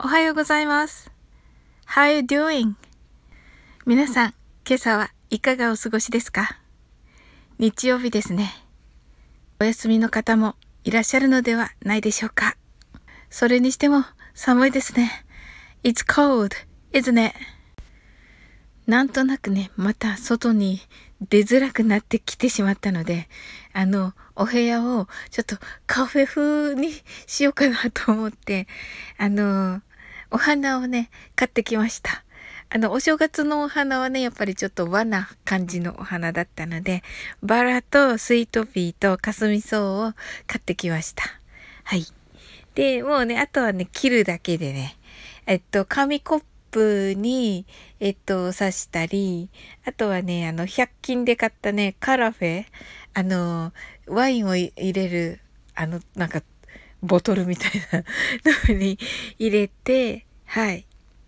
おはようございます。How are you doing? 皆さん、今朝はいかがお過ごしですか？日曜日ですね。お休みの方もいらっしゃるのではないでしょうか。それにしても寒いですね。It's cold, isn't it? なんとなくね、また外に出づらくなってきてしまったので、お部屋をちょっとカフェ風にしようかなと思って、お花をね、買ってきました。お正月のお花はね、やっぱりちょっと和な感じのお花だったので、バラとスイートピーとカスミソウを買ってきました。はい。で、もうね、あとはね、切るだけでね、紙コップに、刺したり、あとはね、100均で買ったね、カラフェ、ワインを入れる、なんか、ボトルみたいなのに入れて、はい。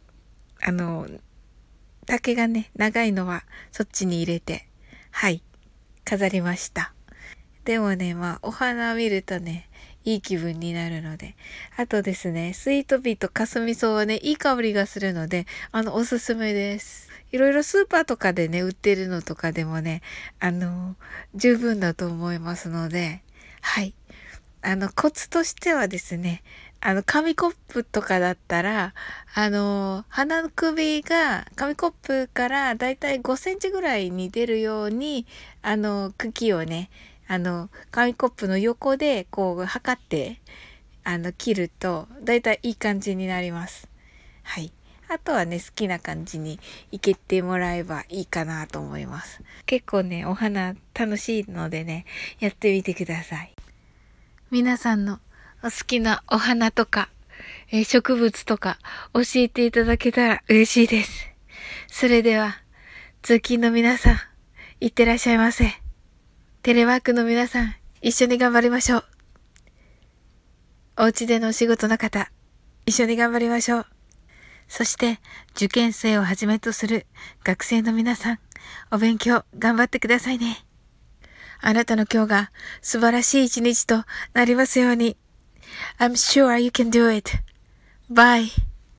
丈がね、長いのはそっちに入れて、はい。飾りました。でもね、お花見るとね、いい気分になるので。あとですね、スイートピーとカスミソウはね、いい香りがするので、おすすめです。いろいろスーパーとかでね、売ってるのとかでもね、十分だと思いますので、はい。コツとしてはですね、紙コップとかだったら、花首が紙コップからだいたい5センチぐらいに出るように、茎をね、紙コップの横でこう測って、切ると、だいたいいい感じになります。はい。あとはね、好きな感じにいけてもらえばいいかなと思います。結構ね、お花楽しいのでね、やってみてください。皆さんのお好きなお花とか、植物とか教えていただけたら嬉しいです。それでは、通勤の皆さん、いってらっしゃいませ。テレワークの皆さん、一緒に頑張りましょう。お家でのお仕事の方、一緒に頑張りましょう。そして、受験生をはじめとする学生の皆さん、お勉強頑張ってくださいね。あなたの今日が素晴らしい一日となりますように。I'm sure you can do it. Bye.